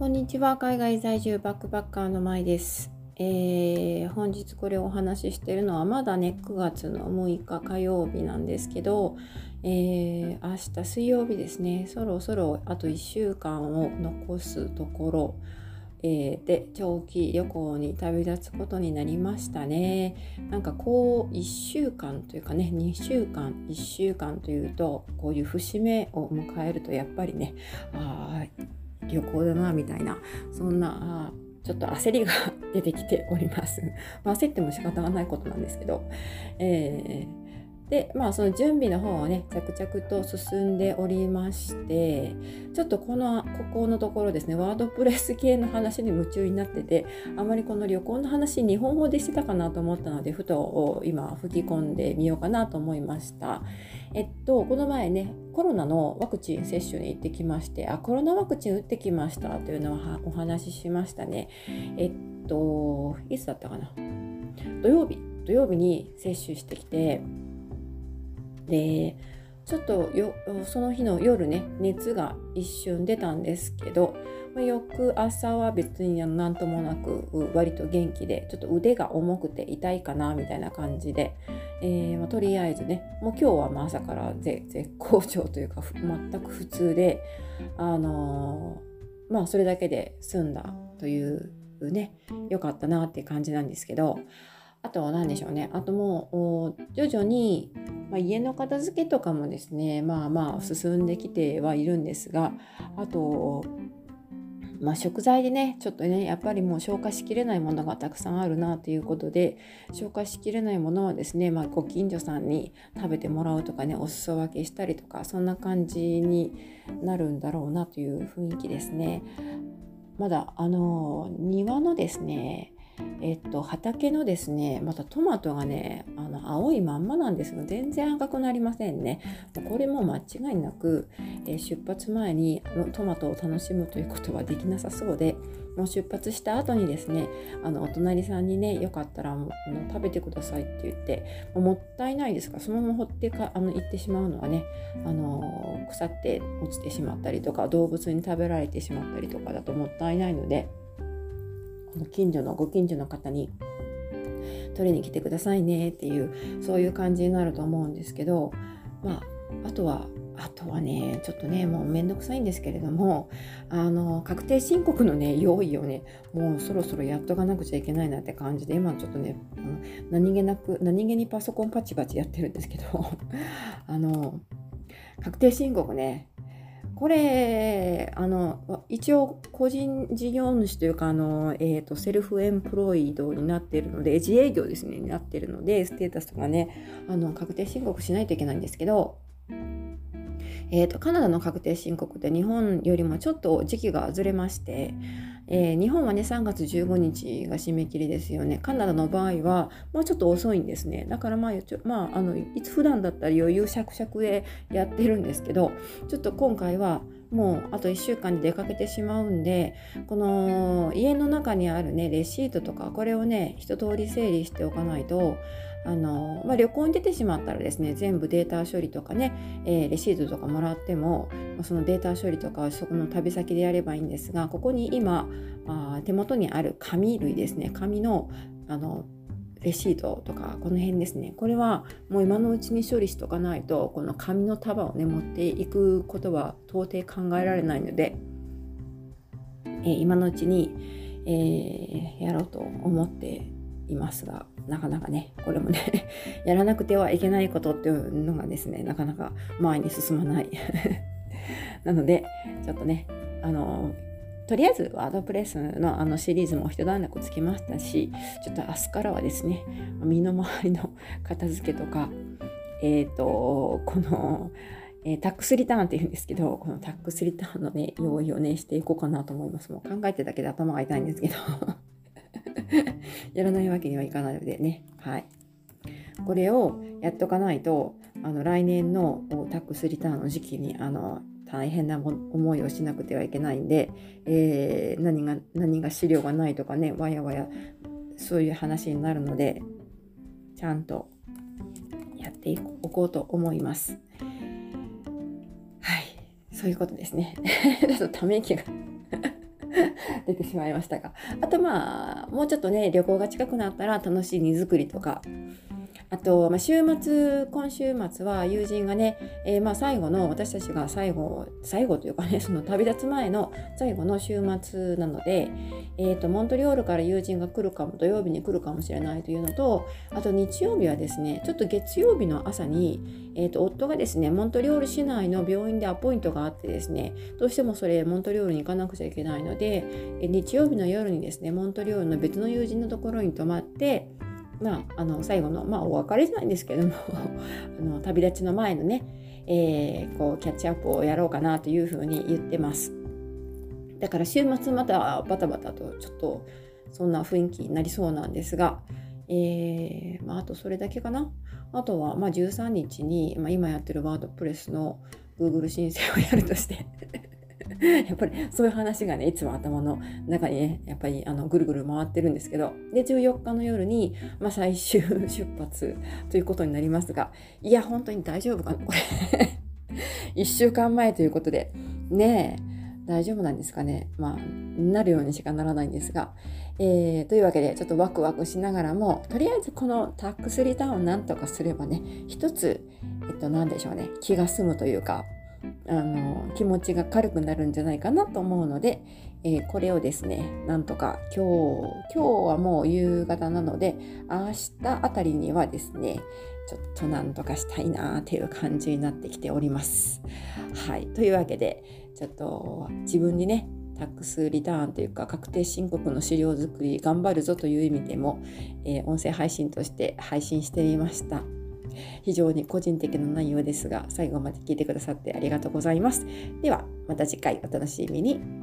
こんにちは。海外在住バックパッカーのまいです。本日これをお話ししているのはまだね9月の6日火曜日なんですけど、明日水曜日ですね。そろそろあと1週間を残すところ、で長期旅行に旅立つことになりましたね。なんかこう1週間というかね2週間1週間というとこういう節目を迎えるとやっぱりね旅行だなみたいな、そんなちょっと焦りが出てきております。焦っても仕方がないことなんですけど、でその準備の方をね着々と進んでおりまして、ちょっとここのところですね、ワードプレス系の話に夢中になってて、あまりこの旅行の話日本語でしてたかなと思ったので、ふと今吹き込んでみようかなと思いました。この前ねコロナのワクチン接種に行ってきまして、コロナワクチン打ってきましたというのをお話ししましたね。いつだったかな、土曜日に接種してきて、でちょっとその日の夜ね熱が一瞬出たんですけど、翌朝は別になんともなく割と元気で、ちょっと腕が重くて痛いかなみたいな感じで、とりあえずねもう今日は朝から絶好調というか全く普通で、それだけで済んだというね、良かったなっていう感じなんですけど、あとは何でしょうね、あともう徐々に、家の片付けとかもですね進んできてはいるんですが、あと食材でねちょっとねやっぱりもう消化しきれないものがたくさんあるなということで、消化しきれないものはですね、ご近所さんに食べてもらうとかね、お裾分けしたりとか、そんな感じになるんだろうなという雰囲気ですね。まだ庭のですね畑のですねまたトマトがね青いまんまなんですが全然赤くなりませんね。これも間違いなく、出発前にトマトを楽しむということはできなさそうで、もう出発した後にですねお隣さんにねよかったら食べてくださいって言って、もったいないですからそのまま放って行ってしまうのはね腐って落ちてしまったりとか動物に食べられてしまったりとかだともったいないので、ご近所の方に取りに来てくださいねっていうそういう感じになると思うんですけど、あとはねちょっとねもうめんどくさいんですけれども、確定申告のね用意をねもうそろそろやっとかなくちゃいけないなって感じで、今ちょっとね何気にパソコンパチパチやってるんですけど確定申告ね、これ一応個人事業主というかセルフエンプロイドになっているので、自営業ですねになっているので、ステータスとかね確定申告しないといけないんですけど、カナダの確定申告って日本よりもちょっと時期がずれまして、日本はね3月15日が締め切りですよね。カナダの場合はもうちょっと遅いんですね。だから普段だったら余裕しゃくしゃくでやってるんですけど、ちょっと今回はもうあと1週間で出かけてしまうんで、この家の中にあるねレシートとかこれをね一通り整理しておかないと、旅行に出てしまったらですね全部データ処理とかね、レシートとかもらってもそのデータ処理とかはそこの旅先でやればいいんですが、ここに今手元にある紙類ですね、紙のレシートとかこの辺ですね、これはもう今のうちに処理しとかないとこの紙の束をね持っていくことは到底考えられないので、今のうちに、やろうと思っていますが、なかなかねこれもねやらなくてはいけないことっていうのがですねなかなか前に進まないなのでちょっとねとりあえずワードプレスのシリーズも一段落つきましたし、ちょっと明日からはですね身の回りの片付けとかこのタックスリターンっていうんですけど、このタックスリターンのね用意をねしていこうかなと思います。もう考えてるだけで頭が痛いんですけどやらないわけにはいかないのでね、これをやっとかないと来年のタックスリターンの時期に大変な思いをしなくてはいけないんで、何が資料がないとかねわやわやそういう話になるので、ちゃんとやっておこうと思います。そういうことですね。ちょっとため息が出てしまいましたが、あともうちょっとね旅行が近くなったら楽しい荷造りとか、あと、今週末は友人がね、最後の私たちが最後というかね、その旅立つ前の最後の週末なので、モントリオールから友人が来るかも、土曜日に来るかもしれないというのと、あと日曜日はですね、ちょっと月曜日の朝に、夫がですねモントリオール市内の病院でアポイントがあってですね、どうしてもそれモントリオールに行かなくちゃいけないので、日曜日の夜にですねモントリオールの別の友人のところに泊まって、最後の、お別れじゃないんですけども旅立ちの前のね、こうキャッチアップをやろうかなというふうに言ってます。だから週末またバタバタとちょっとそんな雰囲気になりそうなんですが、あとそれだけかな。あとは13日に、今やってるワードプレスの Google 申請をやるとしてやっぱりそういう話がねいつも頭の中にねやっぱりぐるぐる回ってるんですけど、で14日の夜に、最終出発ということになりますが、いや本当に大丈夫かなこれ1週間前ということでね、大丈夫なんですかね。なるようにしかならないんですが、というわけでちょっとワクワクしながらも、とりあえずこのタックスリターンをなんとかすればね、一つなんでしょうね、気が済むというか、気持ちが軽くなるんじゃないかなと思うので、これをですねなんとか今日はもう夕方なので、明日あたりにはですねちょっとなんとかしたいなという感じになってきております。はい、というわけでちょっと自分にねタックスリターンというか確定申告の資料作り頑張るぞという意味でも、音声配信として配信してみました。非常に個人的な内容ですが、最後まで聞いてくださってありがとうございます。ではまた次回お楽しみに。